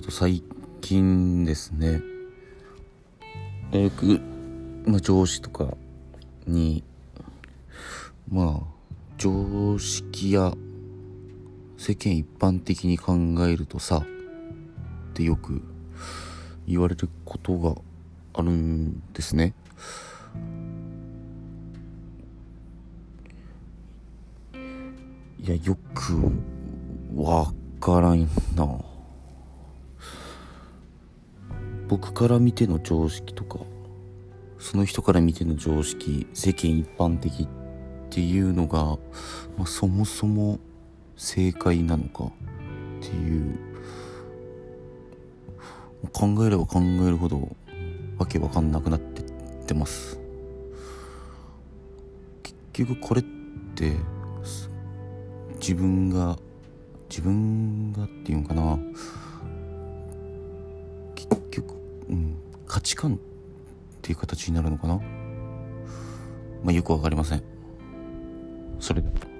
最近ですね、よく、上司とかに常識や世間一般的に考えるとさってよく言われることがあるんですね。いや、よくわからんな。僕から見ての常識とか、その人から見ての常識、世間一般的っていうのが、そもそも正解なのかっていう、考えれば考えるほどわけわかんなくなってってます。結局これって自分がっていうんかな、結局、価値観っていう形になるのかな。よくわかりません。それで